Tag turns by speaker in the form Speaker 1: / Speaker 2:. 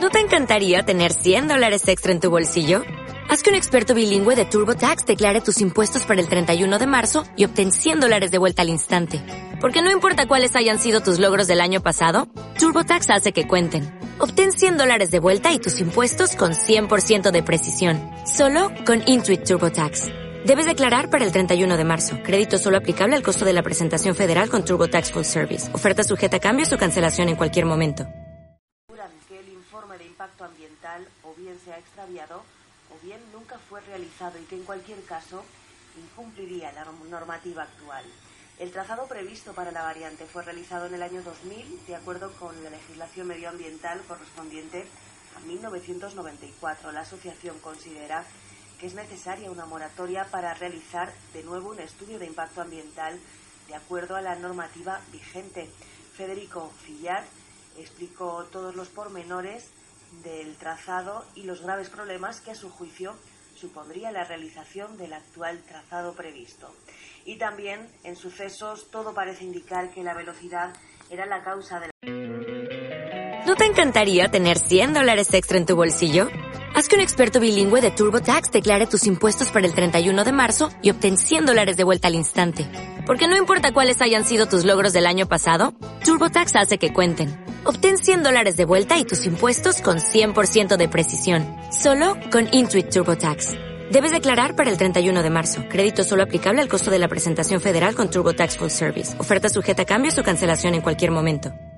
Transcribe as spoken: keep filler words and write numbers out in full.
Speaker 1: ¿No te encantaría tener cien dólares extra en tu bolsillo? Haz que un experto bilingüe de TurboTax declare tus impuestos para el treinta y uno de marzo y obtén cien dólares de vuelta al instante. Porque no importa cuáles hayan sido tus logros del año pasado, TurboTax hace que cuenten. Obtén cien dólares de vuelta y tus impuestos con cien por ciento de precisión. Solo con Intuit TurboTax. Debes declarar para el treinta y uno de marzo. Crédito solo aplicable al costo de la presentación federal con TurboTax Full Service. Oferta sujeta a cambios o cancelación en cualquier momento.
Speaker 2: Que el informe de impacto ambiental o bien se ha extraviado o bien nunca fue realizado y que en cualquier caso incumpliría la normativa actual. El trazado previsto para la variante fue realizado en el año dos mil de acuerdo con la legislación medioambiental correspondiente a mil novecientos noventa y cuatro. La asociación considera que es necesaria una moratoria para realizar de nuevo un estudio de impacto ambiental de acuerdo a la normativa vigente. Federico Fillat explicó todos los pormenores del trazado y los graves problemas que a su juicio supondría la realización del actual trazado previsto. Y también en sucesos todo parece indicar que la velocidad era la causa de la...
Speaker 1: ¿No te encantaría tener cien dólares extra en tu bolsillo? Haz que un experto bilingüe de TurboTax declare tus impuestos para el treinta y uno de marzo y obtén cien dólares de vuelta al instante. Porque no importa cuáles hayan sido tus logros del año pasado, TurboTax hace que cuenten. Obtén cien dólares de vuelta y tus impuestos con cien por ciento de precisión. Solo con Intuit TurboTax. Debes declarar para el treinta y uno de marzo. Crédito solo aplicable al costo de la presentación federal con TurboTax Full Service. Oferta sujeta a cambios o cancelación en cualquier momento.